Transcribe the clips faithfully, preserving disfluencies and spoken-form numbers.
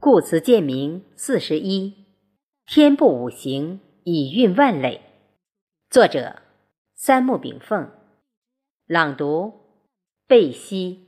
故辞鉴明四十一，天部五行以运万类。作者三木炳凤，朗读贝西。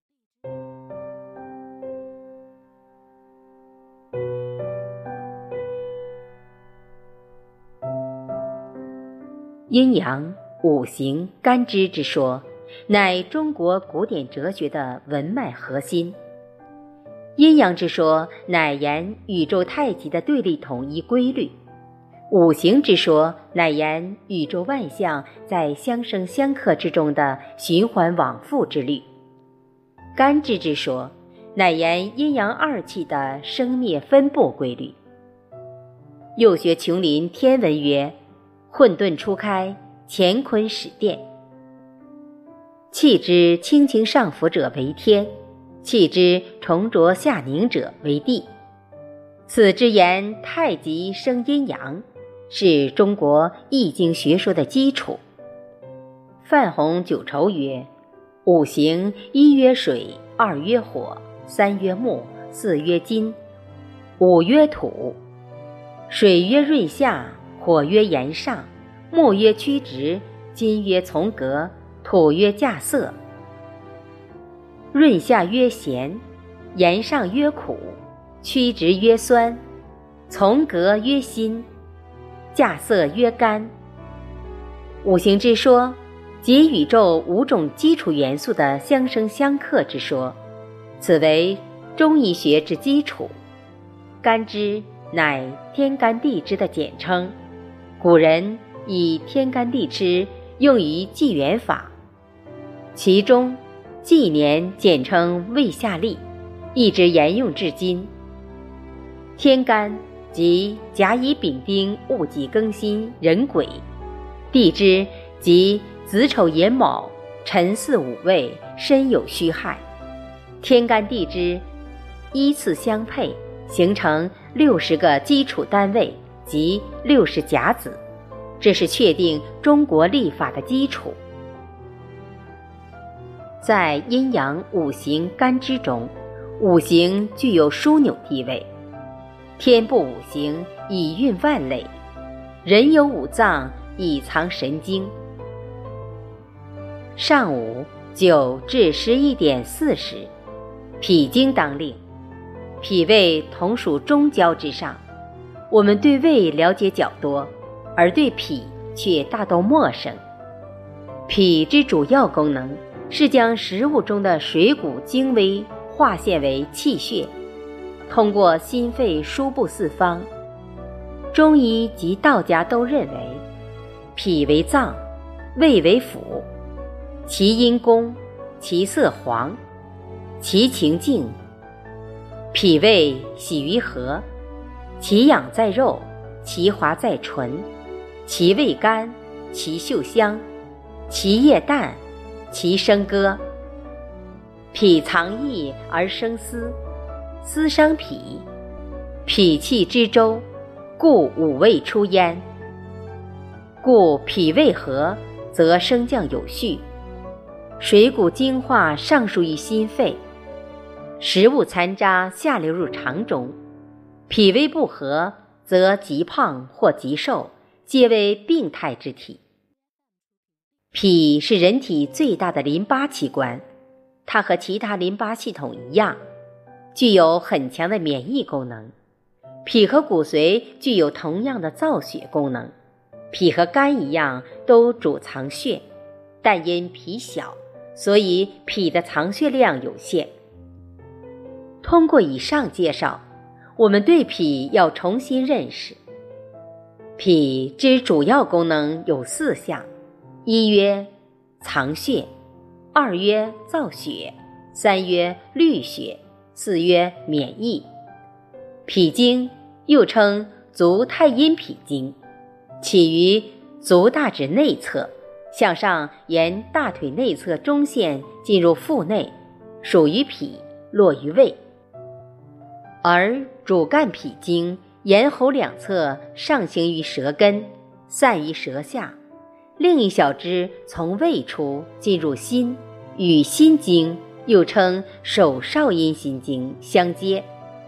阴阳五行干支之说，乃中国古典哲学的文脉核心。阴阳之说乃言宇宙太极的对立统一规律，五行之说乃言宇宙万象在相生相克之中的循环往复之律，干支之说乃言阴阳二气的生灭分布规律。幼学琼林天文曰：混沌初开，乾坤始奠。气之轻轻上浮者为天，气之重浊下凝者为地。此之言太极生阴阳，是中国易经学说的基础。范弘九畴曰：五行一曰水，二曰火，三曰木，四曰金，五曰土。水曰润下，火曰炎上，木曰曲直，金曰从革，土曰稼色。润下曰咸，炎上曰苦，曲直曰酸，从革曰辛，稼色曰甘。五行之说，即宇宙五种基础元素的相生相克之说，此为中医学之基础。干支乃天干地支的简称，古人以天干地支用于纪元法，其中纪年简称未下历，一直沿用至今。天干即甲乙丙丁戊己庚辛壬癸，地支即子丑寅卯辰巳午未申酉戌亥。天干地支依次相配，形成六十个基础单位，即六十甲子，这是确定中国历法的基础。在阴阳五行干支中，五行具有枢纽地位。天部五行以运万类，人有五脏以藏神经。上午九至十一点四十，脾经当令。脾胃同属中焦之上，我们对胃了解较多，而对脾却大都陌生。脾之主要功能是将食物中的水谷精微化现为气血，通过心肺输布四方。中医及道家都认为，脾为脏，胃为腑，其阴公，其色黄，其情静。脾胃喜于和，其养在肉，其华在唇，其味甘，其嗅香，其液淡，其声歌。脾藏意而生思，思伤脾，脾气之舟，故五味出焉。故脾胃和，则升降有序，水谷精化上输于心肺，食物残渣下流入肠中。脾胃不和，则极胖或极瘦，皆为病态之体。脾是人体最大的淋巴器官，它和其他淋巴系统一样，具有很强的免疫功能。脾和骨髓具有同样的造血功能。脾和肝一样都主藏血，但因脾小，所以脾的藏血量有限。通过以上介绍，我们对脾要重新认识。脾之主要功能有四项：一曰藏血，二曰造血，三曰滤血，四曰免疫。脾经又称足太阴脾经，起于足大指内侧，向上沿大腿内侧中线进入腹内，属于脾，落于胃。而主干脾经咽喉两侧上行于舌根，散于舌下，另一小支从胃出进入心，与心经又称手少阴心经相接，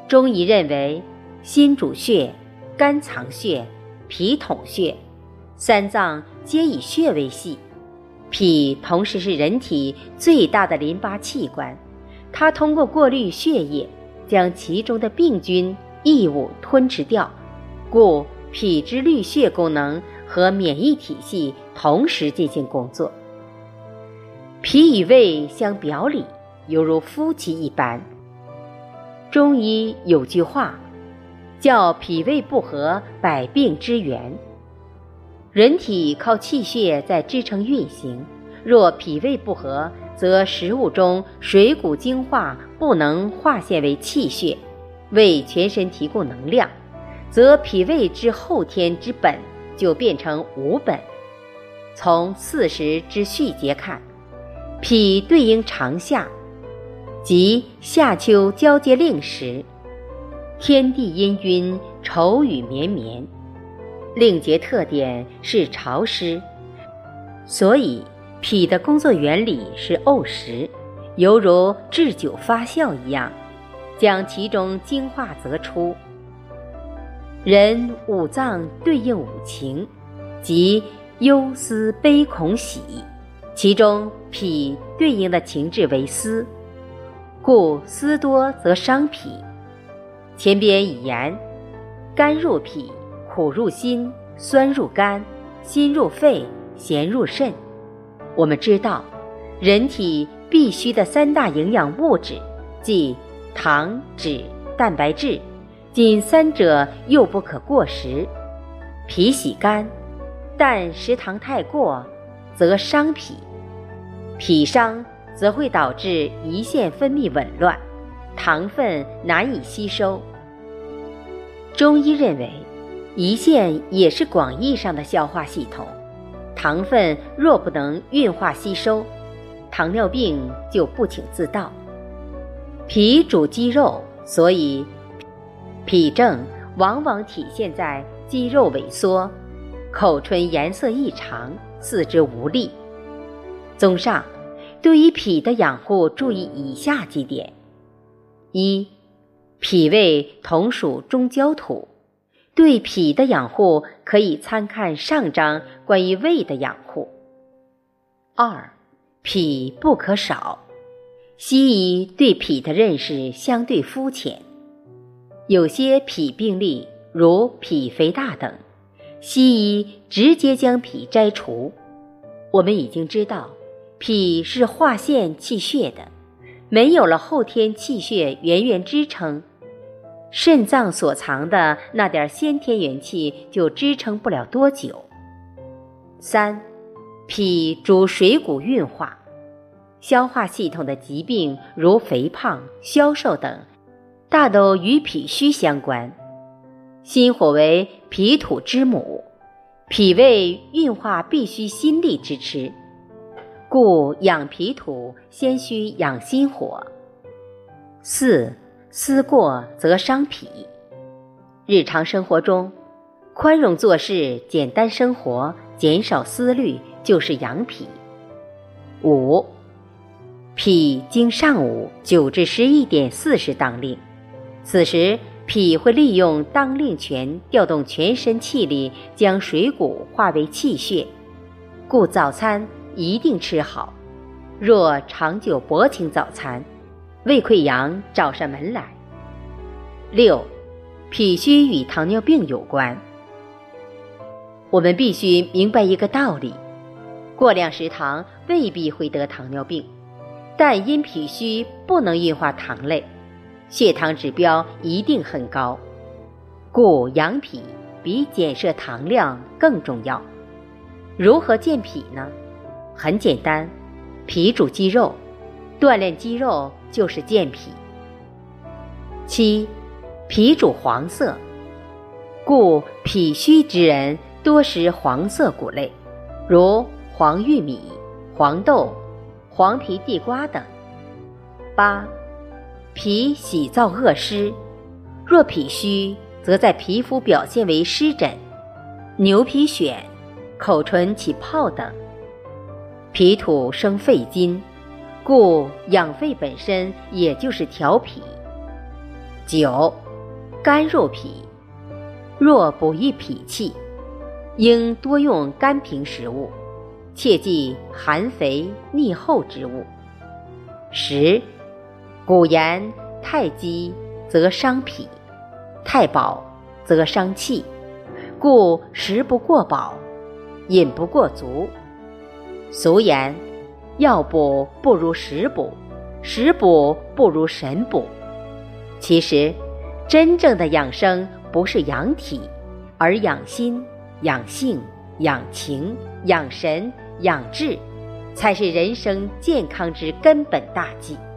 中医认为，心主血，肝藏血，脾统血，三脏皆以血为系。脾同时是人体最大的淋巴器官，它通过过滤血液，将其中的病菌、异物吞吃掉，故脾之滤血功能和免疫体系同时进行工作。脾与胃相表里，犹如夫妻一般。中医有句话叫脾胃不和，百病之源。人体靠气血在支撑运行，若脾胃不和，则食物中水谷精华不能化现为气血，为全身提供能量，则脾胃之后天之本就变成无本。从四时之序节看，脾对应长夏，即夏秋交接令时，天地氤氲，愁雨绵绵。令节特点是潮湿，所以脾的工作原理是沤食，犹如制酒发酵一样，将其中精华择出。人五脏对应五情，即忧思悲恐喜，其中脾对应的情志为思，故思多则伤脾。前边已言，肝入脾，苦入心，酸入肝，辛入肺，咸入肾。我们知道，人体必需的三大营养物质，即糖、脂、蛋白质，仅三者又不可过食。脾喜肝，但食糖太过，则伤脾。脾伤则会导致胰腺分泌紊乱，糖分难以吸收。中医认为，胰腺也是广义上的消化系统，糖分若不能运化吸收，糖尿病就不请自到。脾主肌肉，所以脾症往往体现在肌肉萎缩、口唇颜色异常、四肢无力。综上，对于脾的养护注意以下几点：一、脾胃同属中焦土，对脾的养护可以参看上章关于胃的养护。二、脾不可少。西医对脾的认识相对肤浅，有些脾病例如脾肥大等，西医直接将脾摘除。我们已经知道，脾是化现气血的，没有了后天气血源源支撑，肾脏所藏的那点先天元气就支撑不了多久。三、脾主水谷运化，消化系统的疾病如肥胖、消瘦等，大都与脾虚相关。心火为脾土之母，脾胃运化必须心力支持，故养脾土先需养心火。四、思过则伤脾。日常生活中，宽容做事、简单生活、减少思虑，就是养脾。五、脾经上午九至十一点四十当令，此时脾会利用当令权调动全身气力，将水谷化为气血，故早餐一定吃好。若长久薄请早餐，胃溃疡找上门来。六、脾虚与糖尿病有关。我们必须明白一个道理，过量食糖未必会得糖尿病，但因脾虚不能运化糖类，血糖指标一定很高，故养脾比减摄糖量更重要。如何健脾呢？很简单，脾主肌肉，锻炼肌肉就是健脾。七、脾主黄色，故脾虚之人多食黄色谷类，如黄玉米、黄豆、黄皮地瓜等。八、脾喜燥恶湿，若脾虚，则在皮肤表现为湿疹、牛皮癣、口唇起泡等。脾土生肺金，故养肺本身也就是调脾。 九、肝入脾，若补益脾气，应多用甘平食物，切忌寒肥腻厚之物。十、古言太饥则伤脾，太饱则伤气，故食不过饱，饮不过足。俗言，药补不如食补，食补不如神补。其实真正的养生不是养体，而养心、养性、养情、养神、养志，才是人生健康之根本大计。